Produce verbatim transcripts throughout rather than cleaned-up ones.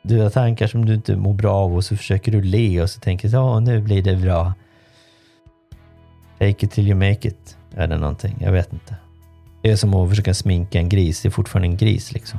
Du har tankar som du inte mår bra av och så försöker du le och så tänker du, ja, nu blir det bra. Fake it till you make it. Är det någonting? Jag vet inte. Det är som att försöka sminka en gris. Det är fortfarande en gris liksom.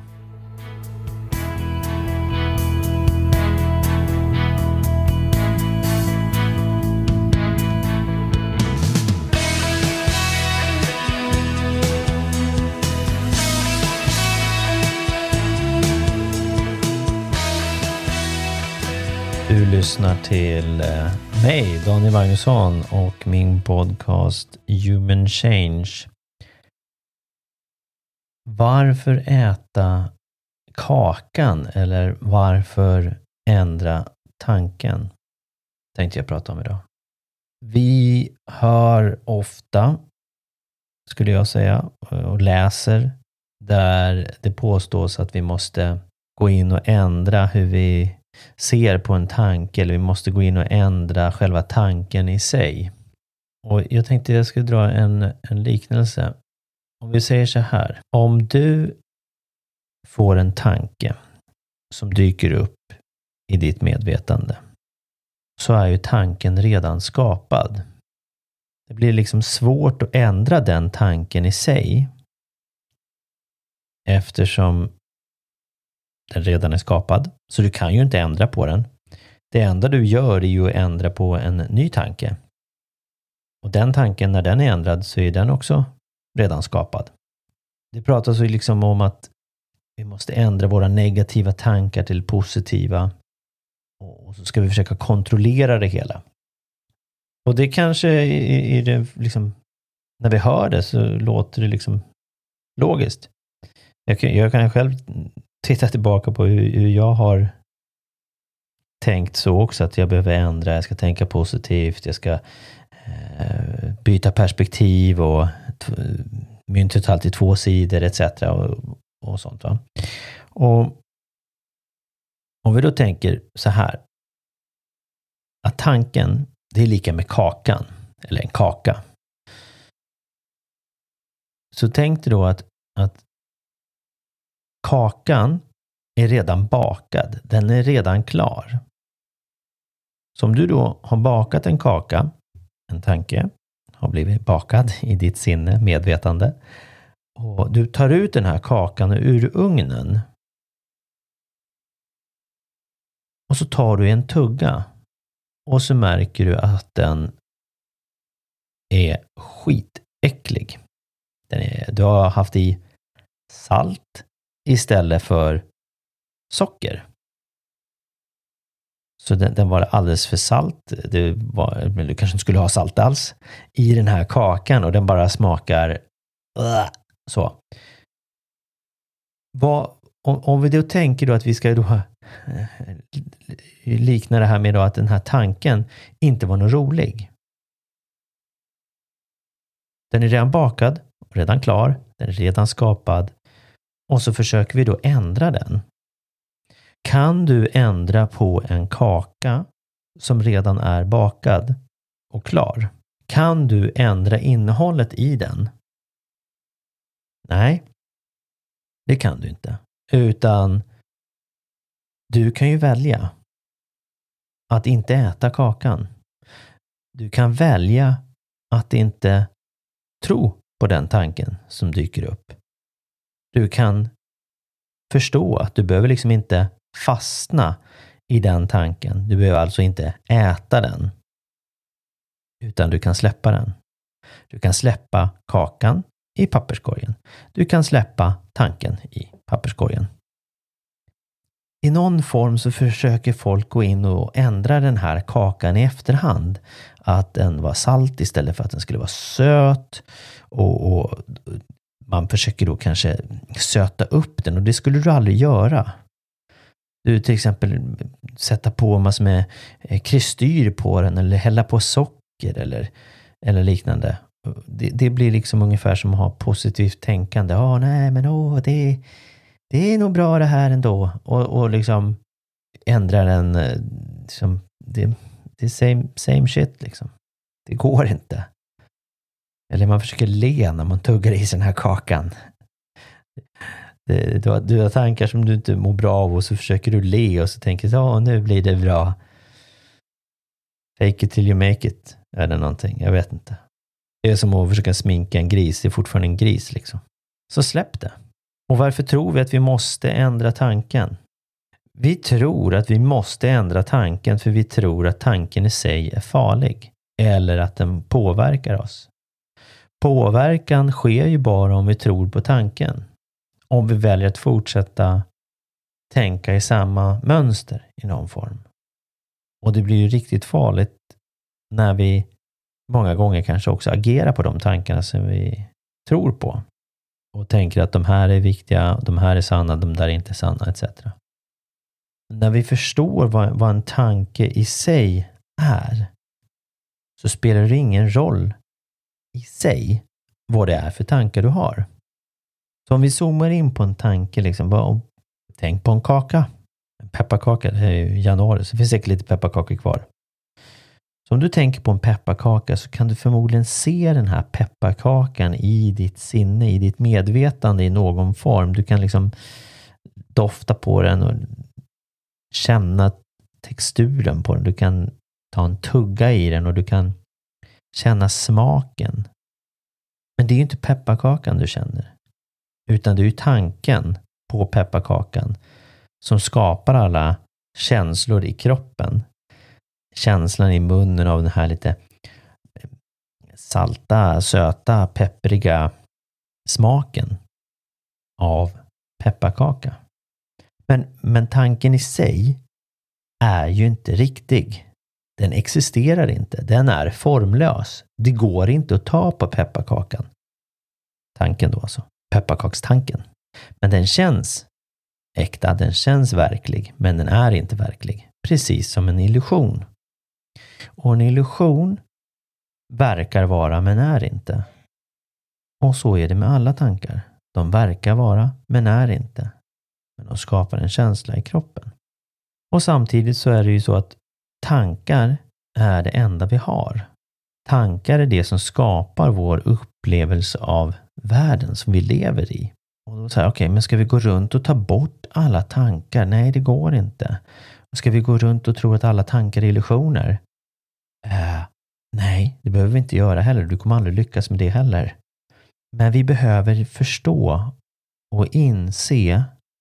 Du lyssnar till mig, Daniel Magnusson, och min podcast Human Change. Varför äta kakan eller varför ändra tanken? Tänkte jag prata om idag. Vi hör ofta, skulle jag säga, och läser där det påstås att vi måste gå in och ändra hur vi ser på en tanke, eller vi måste gå in och ändra själva tanken i sig. Och jag tänkte jag skulle dra en, en liknelse. Om vi säger så här. Om du får en tanke som dyker upp i ditt medvetande, så är ju tanken redan skapad. Det blir liksom svårt att ändra den tanken i sig, eftersom den redan är skapad. Så du kan ju inte ändra på den. Det enda du gör är ju att ändra på en ny tanke. Och den tanken, när den är ändrad, så är den också redan skapad. Det pratas ju liksom om att vi måste ändra våra negativa tankar till positiva. Och så ska vi försöka kontrollera det hela. Och det kanske är det liksom, när vi hör det så låter det liksom logiskt. Jag kan, jag kan själv titta tillbaka på hur, hur jag har tänkt så också, att jag behöver ändra, jag ska tänka positivt, jag ska eh, byta perspektiv och t- myntet alltid två sidor et cetera och, och sånt va. Och om vi då tänker så här, att tanken, det är lika med kakan, eller en kaka. Så tänk dig då att, att kakan är redan bakad. Den är redan klar. Så om du då har bakat en kaka, en tanke har blivit bakad i ditt sinne, medvetande, och du tar ut den här kakan ur ugnen och så tar du en tugga och så märker du att den är skitäcklig. Den är, du har haft i salt istället för socker. Så den, den var alldeles för salt. Det var, du kanske inte skulle ha salt alls i den här kakan, och den bara smakar uh, så. Vad, om, om vi då tänker då att vi ska då likna det här med då att den här tanken inte var något rolig. Den är redan bakad, redan klar, den är redan skapad. Och så försöker vi då ändra den. Kan du ändra på en kaka som redan är bakad och klar? Kan du ändra innehållet i den? Nej, det kan du inte. Utan du kan ju välja att inte äta kakan. Du kan välja att inte tro på den tanken som dyker upp. Du kan förstå att du behöver liksom inte fastna i den tanken. Du behöver alltså inte äta den. Utan du kan släppa den. Du kan släppa kakan i papperskorgen. Du kan släppa tanken i papperskorgen. I någon form så försöker folk gå in och ändra den här kakan i efterhand. Att den var salt istället för att den skulle vara söt. Och, och man försöker då kanske söta upp den, och det skulle du aldrig göra. Du till exempel sätta på massor med kristyr på den eller hälla på socker eller, eller liknande. Det, det blir liksom ungefär som att ha positivt tänkande. Ja, nej men åh, det, det är nog bra det här ändå. Och, och liksom ändra den, liksom, det, det är same, same shit liksom. Det går inte. Eller man försöker le när man tuggar i sig den här kakan. Det, du, har, du har tankar som du inte mår bra av och så försöker du le och så tänker du, ja nu blir det bra. Fake it till you make it. Eller någonting, jag vet inte. Det är som att försöka sminka en gris, det är fortfarande en gris liksom. Så släpp det. Och varför tror vi att vi måste ändra tanken? Vi tror att vi måste ändra tanken för vi tror att tanken i sig är farlig. Eller att den påverkar oss. Påverkan sker ju bara om vi tror på tanken. Om vi väljer att fortsätta tänka i samma mönster i någon form. Och det blir ju riktigt farligt när vi många gånger kanske också agerar på de tankarna som vi tror på. Och tänker att de här är viktiga, de här är sanna, de där är inte sanna et cetera. När vi förstår vad, vad en tanke i sig är så spelar det ingen roll i sig vad det är för tankar du har. Så om vi zoomar in på en tanke, liksom, bara, tänk på en kaka. En pepparkaka, det är ju januari så det finns säkert lite pepparkakor kvar. Så om du tänker på en pepparkaka så kan du förmodligen se den här pepparkakan i ditt sinne, i ditt medvetande i någon form. Du kan liksom dofta på den och känna texturen på den. Du kan ta en tugga i den och du kan känna smaken. Men det är ju inte pepparkakan du känner. Utan det är ju tanken på pepparkakan som skapar alla känslor i kroppen. Känslan i munnen av den här lite salta, söta, peppriga smaken av pepparkaka. Men, men tanken i sig är ju inte riktig. Den existerar inte. Den är formlös. Det går inte att ta på pepparkakan. Tanken då alltså. Pepparkakstanken. Men den känns äkta. Den känns verklig. Men den är inte verklig. Precis som en illusion. Och en illusion verkar vara men är inte. Och så är det med alla tankar. De verkar vara men är inte. Men de skapar en känsla i kroppen. Och samtidigt så är det ju så att tankar är det enda vi har. Tankar är det som skapar vår upplevelse av världen som vi lever i. Och då säger jag, okej, okay, men ska vi gå runt och ta bort alla tankar? Nej, det går inte. Ska vi gå runt och tro att alla tankar är illusioner? Uh, nej, det behöver vi inte göra heller. Du kommer aldrig lyckas med det heller. Men vi behöver förstå och inse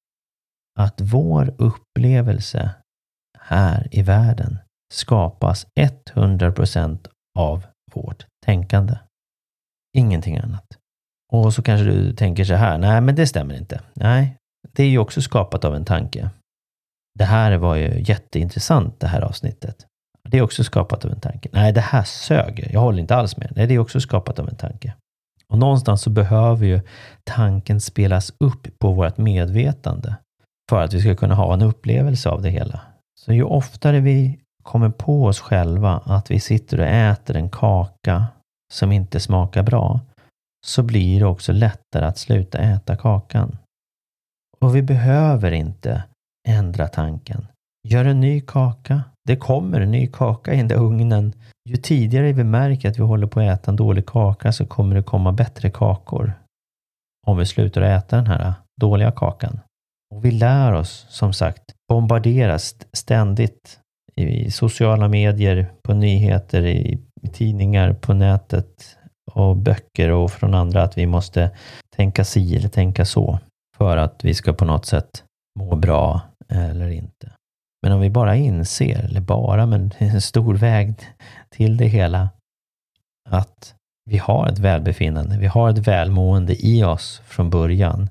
att vår upplevelse här i världen skapas hundra procent av vårt tänkande. Ingenting annat. Och så kanske du tänker så här, nej men det stämmer inte. Nej, det är ju också skapat av en tanke. Det här var ju jätteintressant det här avsnittet. Det är också skapat av en tanke. Nej, det här söger. Jag håller inte alls med. Nej, det är också skapat av en tanke. Och någonstans så behöver ju tanken spelas upp på vårt medvetande för att vi ska kunna ha en upplevelse av det hela. Så ju oftare vi kommer på oss själva att vi sitter och äter en kaka som inte smakar bra, så blir det också lättare att sluta äta kakan. Och vi behöver inte ändra tanken. Gör en ny kaka. Det kommer en ny kaka in i ugnen. Ju tidigare vi märker att vi håller på att äta en dålig kaka så kommer det komma bättre kakor. Om vi slutar äta den här dåliga kakan. Och vi lär oss, som sagt, bombarderas ständigt i sociala medier, på nyheter, i tidningar, på nätet och böcker och från andra att vi måste tänka si eller tänka så för att vi ska på något sätt må bra eller inte. Men om vi bara inser, eller bara, men en stor väg till det hela, att vi har ett välbefinnande, vi har ett välmående i oss från början,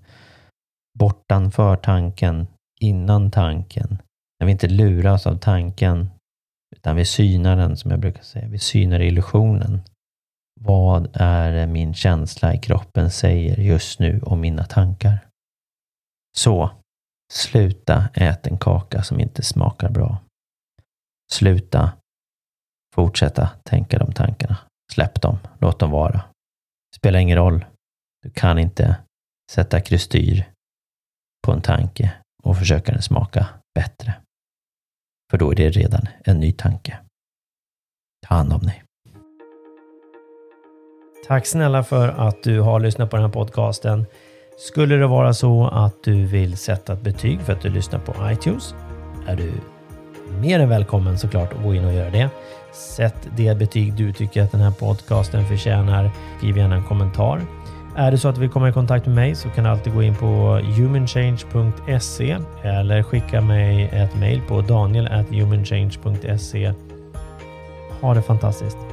bortanför tanken, innan tanken, när vi inte luras av tanken, utan vi synar den, som jag brukar säga, vi synar illusionen. Vad är min känsla i kroppen säger just nu om mina tankar? Så, sluta äta en kaka som inte smakar bra. Sluta fortsätta tänka de tankarna. Släpp dem, låt dem vara. Spelar ingen roll. Du kan inte sätta kristyr på en tanke och försöka den smaka bättre. För då är det redan en ny tanke. Ta hand om dig. Tack snälla för att du har lyssnat på den här podcasten. Skulle det vara så att du vill sätta ett betyg för att du lyssnar på iTunes, är du mer än välkommen såklart att gå in och göra det. Sätt det betyg du tycker att den här podcasten förtjänar. Skriv gärna en kommentar. Är det så att du vill komma i kontakt med mig så kan du alltid gå in på humanchange punkt se eller skicka mig ett mejl på daniel at humanchange punkt se. Ha det fantastiskt.